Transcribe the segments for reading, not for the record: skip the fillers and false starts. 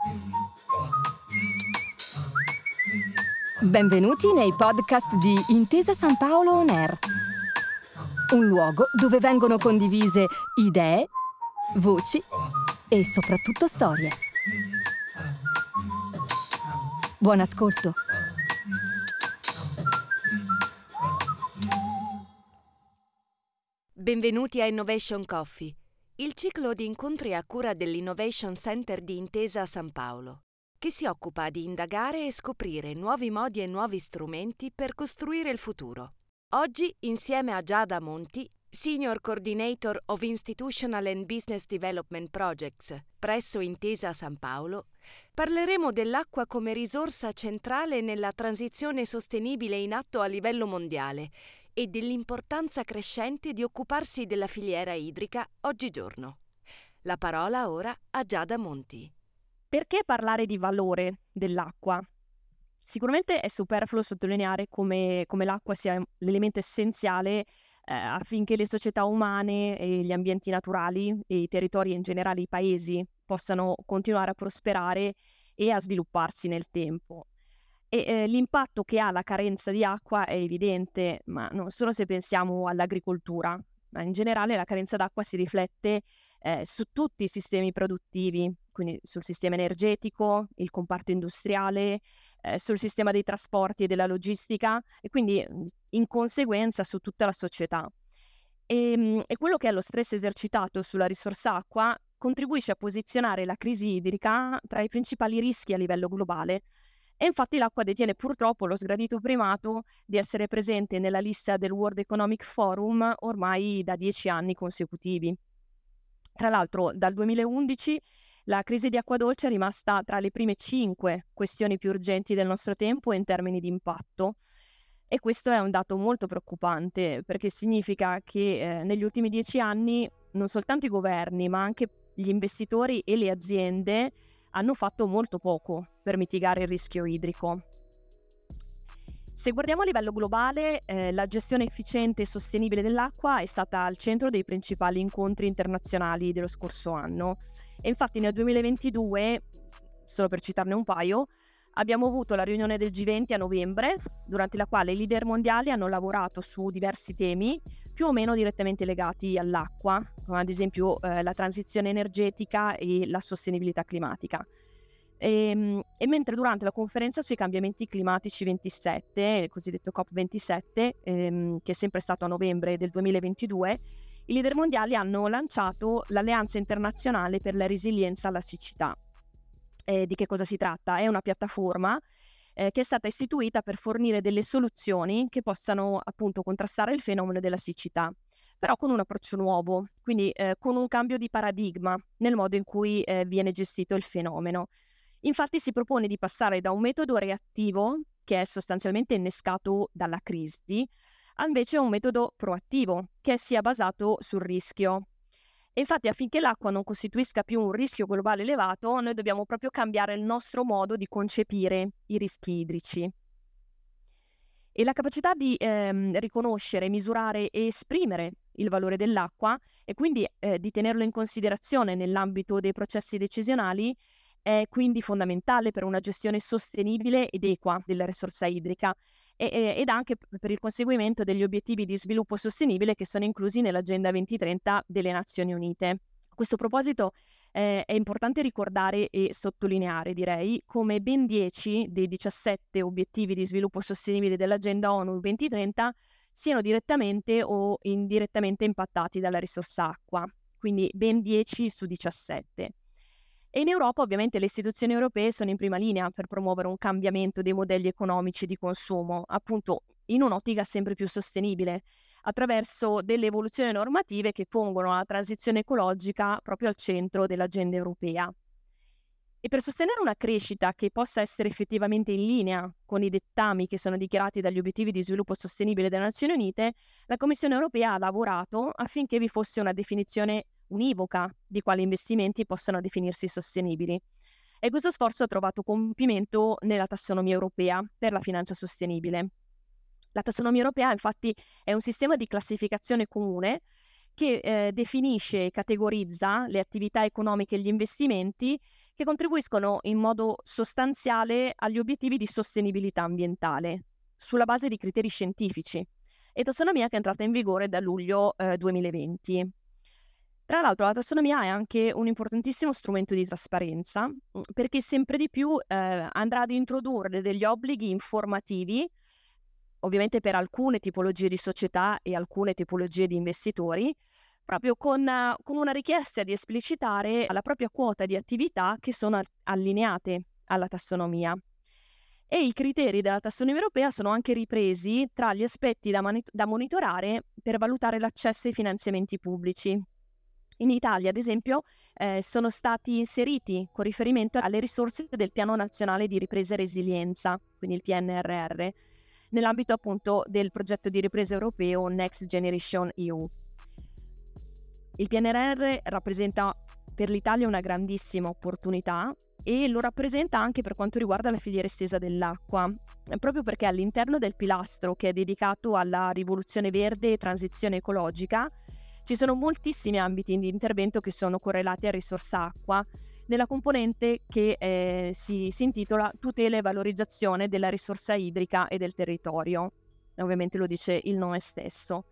Benvenuti nei podcast di Intesa San Paolo On Air, un luogo dove vengono condivise idee, voci e soprattutto storie. Buon ascolto. Benvenuti a Innovation Coffee, il ciclo di incontri a cura dell'Innovation Center di Intesa San Paolo, che si occupa di indagare e scoprire nuovi modi e nuovi strumenti per costruire il futuro. Oggi, insieme a Giada Monti, Senior Coordinator of Institutional and Business Development Projects presso Intesa San Paolo, parleremo dell'acqua come risorsa centrale nella transizione sostenibile in atto a livello mondiale e dell'importanza crescente di occuparsi della filiera idrica oggigiorno. La parola ora a Giada Monti. Perché parlare di valore dell'acqua? Sicuramente è superfluo sottolineare come l'acqua sia l'elemento essenziale affinché le società umane e gli ambienti naturali e i territori e in generale i paesi possano continuare a prosperare e a svilupparsi nel tempo. L'impatto che ha la carenza di acqua è evidente, ma non solo se pensiamo all'agricoltura, ma in generale la carenza d'acqua si riflette su tutti i sistemi produttivi, quindi sul sistema energetico, il comparto industriale, sul sistema dei trasporti e della logistica e quindi in conseguenza su tutta la società. E quello che è lo stress esercitato sulla risorsa acqua contribuisce a posizionare la crisi idrica tra i principali rischi a livello globale. E infatti l'acqua detiene purtroppo lo sgradito primato di essere presente nella lista del World Economic Forum ormai da 10 anni consecutivi. Tra l'altro, dal 2011 la crisi di acqua dolce è rimasta tra le prime 5 questioni più urgenti del nostro tempo in termini di impatto. E questo è un dato molto preoccupante perché significa che negli ultimi 10 anni non soltanto i governi, ma anche gli investitori e le aziende hanno fatto molto poco per mitigare il rischio idrico. Se guardiamo a livello globale, la gestione efficiente e sostenibile dell'acqua è stata al centro dei principali incontri internazionali dello scorso anno. E infatti nel 2022, solo per citarne un paio, abbiamo avuto la riunione del G20 a novembre, durante la quale i leader mondiali hanno lavorato su diversi temi, più o meno direttamente legati all'acqua, come ad esempio la transizione energetica e la sostenibilità climatica. E mentre durante la conferenza sui cambiamenti climatici 27, il cosiddetto COP27, che è sempre stato a novembre del 2022, i leader mondiali hanno lanciato l'Alleanza Internazionale per la Resilienza alla Siccità. Di che cosa si tratta? È una piattaforma che è stata istituita per fornire delle soluzioni che possano appunto contrastare il fenomeno della siccità, però con un approccio nuovo, quindi con un cambio di paradigma nel modo in cui viene gestito il fenomeno. Infatti si propone di passare da un metodo reattivo, che è sostanzialmente innescato dalla crisi, a invece un metodo proattivo, che sia basato sul rischio. E infatti affinché l'acqua non costituisca più un rischio globale elevato, noi dobbiamo proprio cambiare il nostro modo di concepire i rischi idrici. E la capacità di riconoscere, misurare e esprimere il valore dell'acqua e quindi di tenerlo in considerazione nell'ambito dei processi decisionali è quindi fondamentale per una gestione sostenibile ed equa della risorsa idrica ed anche per il conseguimento degli obiettivi di sviluppo sostenibile che sono inclusi nell'Agenda 2030 delle Nazioni Unite. A questo proposito è importante ricordare e sottolineare, direi, come ben 10 dei 17 obiettivi di sviluppo sostenibile dell'Agenda ONU 2030 siano direttamente o indirettamente impattati dalla risorsa acqua, quindi ben 10 su 17. E in Europa ovviamente le istituzioni europee sono in prima linea per promuovere un cambiamento dei modelli economici di consumo, appunto in un'ottica sempre più sostenibile, attraverso delle evoluzioni normative che pongono la transizione ecologica proprio al centro dell'agenda europea. E per sostenere una crescita che possa essere effettivamente in linea con i dettami che sono dichiarati dagli obiettivi di sviluppo sostenibile delle Nazioni Unite, la Commissione europea ha lavorato affinché vi fosse una definizione univoca di quali investimenti possano definirsi sostenibili. E questo sforzo ha trovato compimento nella tassonomia europea per la finanza sostenibile. La tassonomia europea, infatti, è un sistema di classificazione comune che definisce e categorizza le attività economiche e gli investimenti che contribuiscono in modo sostanziale agli obiettivi di sostenibilità ambientale, sulla base di criteri scientifici, e tassonomia che è entrata in vigore da luglio 2020. Tra l'altro la tassonomia è anche un importantissimo strumento di trasparenza, perché sempre di più andrà ad introdurre degli obblighi informativi, ovviamente per alcune tipologie di società e alcune tipologie di investitori, proprio con una richiesta di esplicitare la propria quota di attività che sono allineate alla tassonomia. E i criteri della tassonomia europea sono anche ripresi tra gli aspetti da monitorare per valutare l'accesso ai finanziamenti pubblici. In Italia, ad esempio, sono stati inseriti con riferimento alle risorse del Piano Nazionale di Ripresa e Resilienza, quindi il PNRR, nell'ambito appunto del progetto di ripresa europeo Next Generation EU. Il PNRR rappresenta per l'Italia una grandissima opportunità e lo rappresenta anche per quanto riguarda la filiera estesa dell'acqua, proprio perché all'interno del pilastro che è dedicato alla rivoluzione verde e transizione ecologica ci sono moltissimi ambiti di intervento che sono correlati a risorsa acqua, nella componente che si intitola tutela e valorizzazione della risorsa idrica e del territorio. Ovviamente lo dice il nome stesso.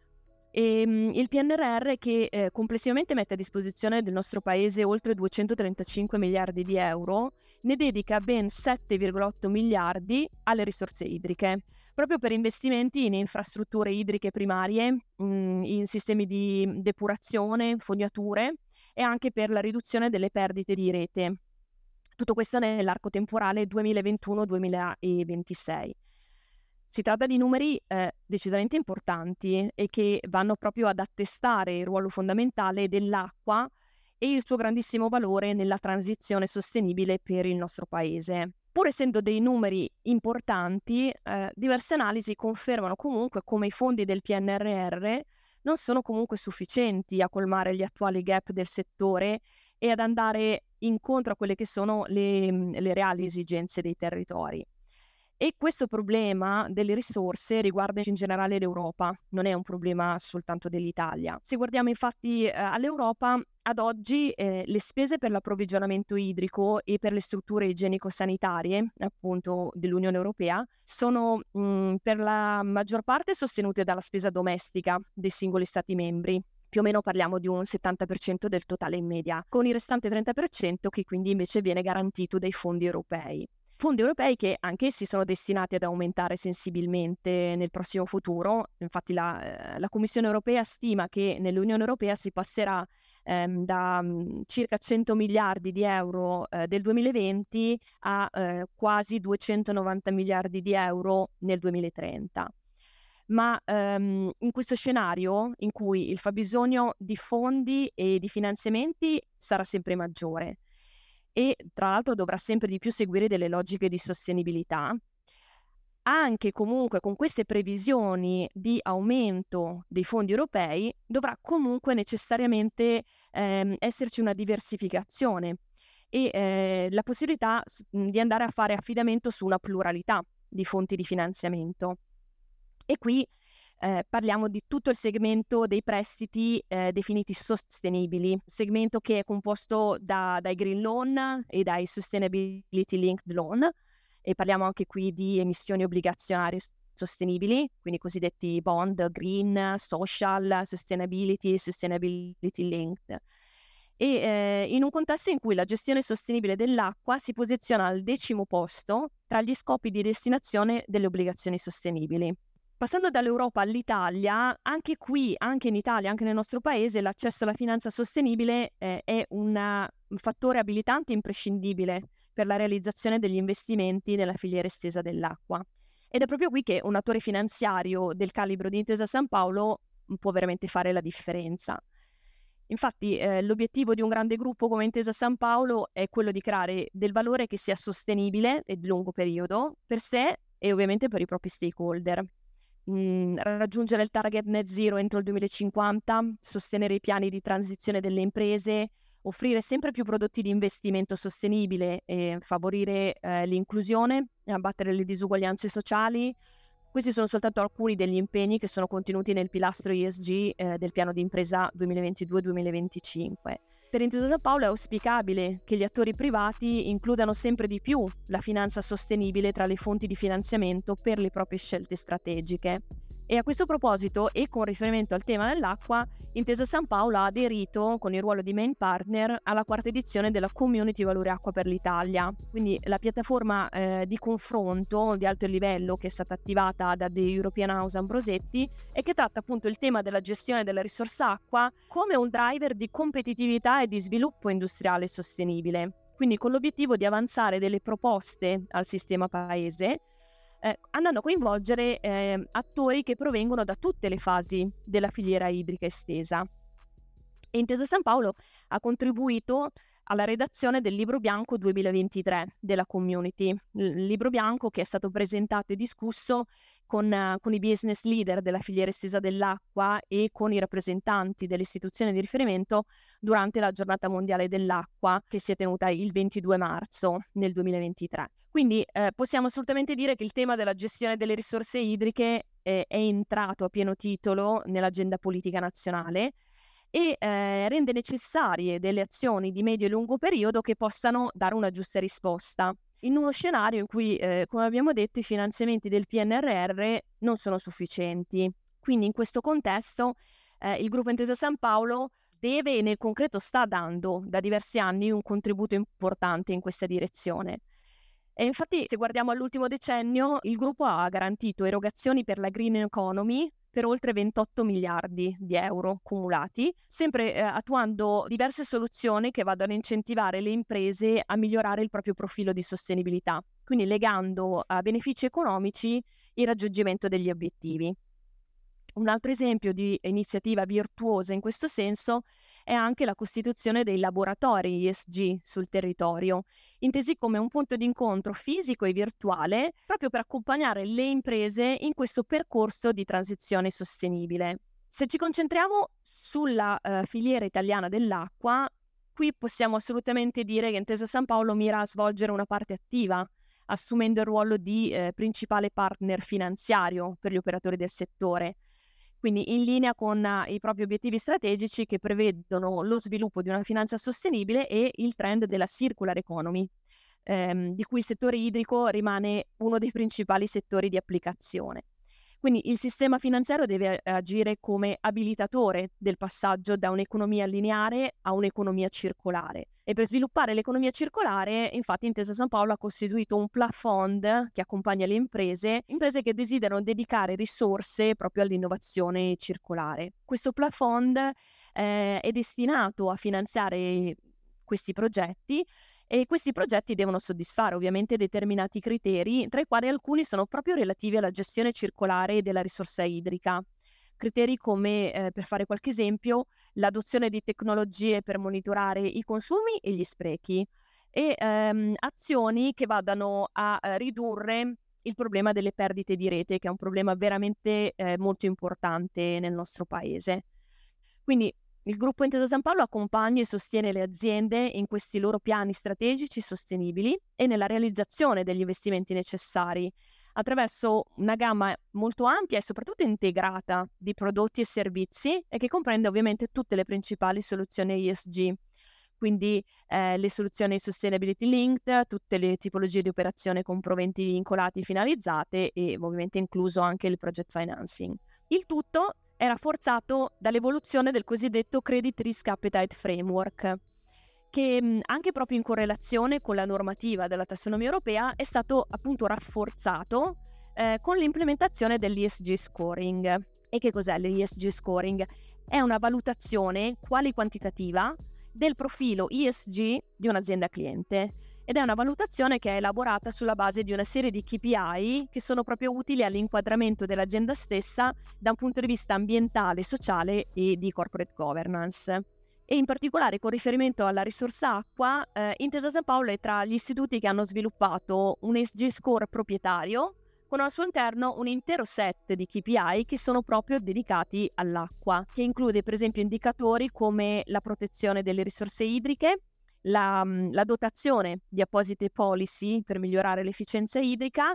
Il PNRR che complessivamente mette a disposizione del nostro paese oltre 235 miliardi di euro, ne dedica ben 7,8 miliardi alle risorse idriche, proprio per investimenti in infrastrutture idriche primarie, in sistemi di depurazione, fognature e anche per la riduzione delle perdite di rete. Tutto questo nell'arco temporale 2021-2026. Si tratta di numeri decisamente importanti e che vanno proprio ad attestare il ruolo fondamentale dell'acqua e il suo grandissimo valore nella transizione sostenibile per il nostro paese. Pur essendo dei numeri importanti, diverse analisi confermano comunque come i fondi del PNRR non sono comunque sufficienti a colmare gli attuali gap del settore e ad andare incontro a quelle che sono le reali esigenze dei territori. E questo problema delle risorse riguarda in generale l'Europa, non è un problema soltanto dell'Italia. Se guardiamo infatti all'Europa, ad oggi le spese per l'approvvigionamento idrico e per le strutture igienico-sanitarie, appunto, dell'Unione Europea, sono per la maggior parte sostenute dalla spesa domestica dei singoli Stati membri. Più o meno parliamo di un 70% del totale in media, con il restante 30% che quindi invece viene garantito dai fondi europei. Fondi europei che anch'essi sono destinati ad aumentare sensibilmente nel prossimo futuro. Infatti la Commissione europea stima che nell'Unione Europea si passerà da circa 100 miliardi di euro del 2020 a quasi 290 miliardi di euro nel 2030. Ma in questo scenario in cui il fabbisogno di fondi e di finanziamenti sarà sempre maggiore e tra l'altro dovrà sempre di più seguire delle logiche di sostenibilità, anche comunque con queste previsioni di aumento dei fondi europei dovrà comunque necessariamente esserci una diversificazione e la possibilità di andare a fare affidamento su una pluralità di fonti di finanziamento. E qui parliamo di tutto il segmento dei prestiti definiti sostenibili, segmento che è composto dai green loan e dai sustainability linked loan, e parliamo anche qui di emissioni obbligazionarie sostenibili, quindi cosiddetti bond green, social, sustainability linked. E in un contesto in cui la gestione sostenibile dell'acqua si posiziona al 10° posto tra gli scopi di destinazione delle obbligazioni sostenibili. Passando dall'Europa all'Italia, anche qui, anche in Italia, anche nel nostro paese, l'accesso alla finanza sostenibile è un fattore abilitante imprescindibile per la realizzazione degli investimenti nella filiera estesa dell'acqua. Ed è proprio qui che un attore finanziario del calibro di Intesa San Paolo può veramente fare la differenza. Infatti l'obiettivo di un grande gruppo come Intesa San Paolo è quello di creare del valore che sia sostenibile e di lungo periodo per sé e ovviamente per i propri stakeholder. Raggiungere il target net zero entro il 2050, sostenere i piani di transizione delle imprese, offrire sempre più prodotti di investimento sostenibile e favorire l'inclusione e abbattere le disuguaglianze sociali, Questi sono soltanto alcuni degli impegni che sono contenuti nel pilastro ESG del piano di impresa 2022-2025. Per Intesa San Paolo è auspicabile che gli attori privati includano sempre di più la finanza sostenibile tra le fonti di finanziamento per le proprie scelte strategiche. E a questo proposito, e con riferimento al tema dell'acqua, Intesa San Paolo ha aderito con il ruolo di main partner alla quarta edizione della Community Valore Acqua per l'Italia, quindi la piattaforma di confronto di alto livello che è stata attivata da The European House Ambrosetti e che tratta appunto il tema della gestione della risorsa acqua come un driver di competitività e di sviluppo industriale sostenibile, quindi con l'obiettivo di avanzare delle proposte al sistema paese, andando a coinvolgere attori che provengono da tutte le fasi della filiera idrica estesa. E Intesa San Paolo ha contribuito alla redazione del Libro Bianco 2023 della Community, il Libro Bianco che è stato presentato e discusso con i business leader della filiera estesa dell'acqua e con i rappresentanti delle istituzioni di riferimento durante la Giornata Mondiale dell'Acqua che si è tenuta il 22 marzo nel 2023. Quindi possiamo assolutamente dire che il tema della gestione delle risorse idriche è entrato a pieno titolo nell'agenda politica nazionale e rende necessarie delle azioni di medio e lungo periodo che possano dare una giusta risposta. In uno scenario in cui, come abbiamo detto, i finanziamenti del PNRR non sono sufficienti. Quindi in questo contesto il gruppo Intesa San Paolo deve e nel concreto sta dando da diversi anni un contributo importante in questa direzione. E infatti, se guardiamo all'ultimo decennio, il gruppo ha garantito erogazioni per la green economy per oltre 28 miliardi di euro cumulati, sempre attuando diverse soluzioni che vadano a incentivare le imprese a migliorare il proprio profilo di sostenibilità, quindi legando a benefici economici il raggiungimento degli obiettivi. Un altro esempio di iniziativa virtuosa in questo senso è anche la costituzione dei laboratori ESG sul territorio, intesi come un punto di incontro fisico e virtuale proprio per accompagnare le imprese in questo percorso di transizione sostenibile. Se ci concentriamo sulla filiera italiana dell'acqua, qui possiamo assolutamente dire che Intesa San Paolo mira a svolgere una parte attiva, assumendo il ruolo di principale partner finanziario per gli operatori del settore. Quindi in linea con i propri obiettivi strategici che prevedono lo sviluppo di una finanza sostenibile e il trend della circular economy, di cui il settore idrico rimane uno dei principali settori di applicazione. Quindi il sistema finanziario deve agire come abilitatore del passaggio da un'economia lineare a un'economia circolare. E per sviluppare l'economia circolare, infatti, Intesa San Paolo ha costituito un plafond che accompagna le imprese che desiderano dedicare risorse proprio all'innovazione circolare. Questo plafond è destinato a finanziare questi progetti e questi progetti devono soddisfare ovviamente determinati criteri, tra i quali alcuni sono proprio relativi alla gestione circolare della risorsa idrica. Criteri come, per fare qualche esempio, l'adozione di tecnologie per monitorare i consumi e gli sprechi e azioni che vadano a ridurre il problema delle perdite di rete, che è un problema veramente molto importante nel nostro paese. Quindi il gruppo Intesa San Paolo accompagna e sostiene le aziende in questi loro piani strategici sostenibili e nella realizzazione degli investimenti necessari, attraverso una gamma molto ampia e soprattutto integrata di prodotti e servizi e che comprende ovviamente tutte le principali soluzioni ESG, quindi le soluzioni sustainability linked, tutte le tipologie di operazione con proventi vincolati finalizzate e ovviamente incluso anche il project financing. Il tutto è rafforzato dall'evoluzione del cosiddetto Credit Risk Appetite Framework, che anche proprio in correlazione con la normativa della tassonomia europea è stato appunto rafforzato con l'implementazione dell'ESG scoring. E che cos'è l'ESG scoring? È una valutazione quantitativa del profilo ESG di un'azienda cliente ed è una valutazione che è elaborata sulla base di una serie di KPI che sono proprio utili all'inquadramento dell'azienda stessa da un punto di vista ambientale, sociale e di corporate governance. E in particolare con riferimento alla risorsa acqua, Intesa San Paolo è tra gli istituti che hanno sviluppato un ESG score proprietario con al suo interno un intero set di KPI che sono proprio dedicati all'acqua, che include per esempio indicatori come la protezione delle risorse idriche, la dotazione di apposite policy per migliorare l'efficienza idrica,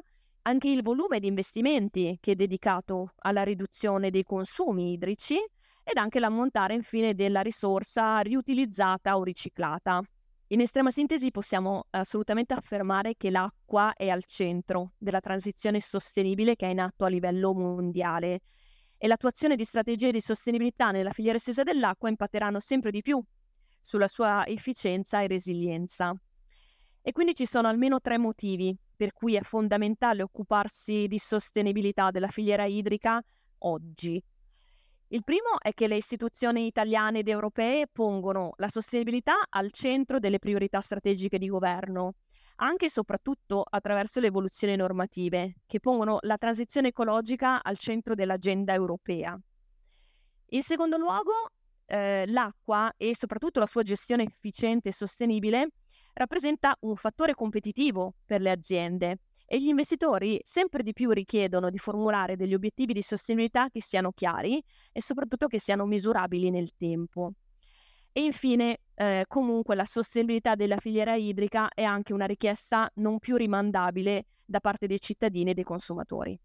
anche il volume di investimenti che è dedicato alla riduzione dei consumi idrici ed anche l'ammontare infine della risorsa riutilizzata o riciclata. In estrema sintesi possiamo assolutamente affermare che l'acqua è al centro della transizione sostenibile che è in atto a livello mondiale e l'attuazione di strategie di sostenibilità nella filiera estesa dell'acqua impatteranno sempre di più sulla sua efficienza e resilienza. E quindi ci sono almeno 3 motivi per cui è fondamentale occuparsi di sostenibilità della filiera idrica oggi. Il primo è che le istituzioni italiane ed europee pongono la sostenibilità al centro delle priorità strategiche di governo, anche e soprattutto attraverso le evoluzioni normative, che pongono la transizione ecologica al centro dell'agenda europea. In secondo luogo, l'acqua e soprattutto la sua gestione efficiente e sostenibile rappresenta un fattore competitivo per le aziende e gli investitori sempre di più richiedono di formulare degli obiettivi di sostenibilità che siano chiari e soprattutto che siano misurabili nel tempo. E infine, comunque la sostenibilità della filiera idrica è anche una richiesta non più rimandabile da parte dei cittadini e dei consumatori.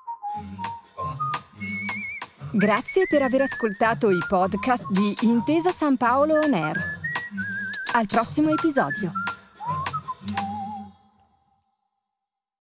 Grazie per aver ascoltato i podcast di Intesa San Paolo On Air. Al prossimo episodio.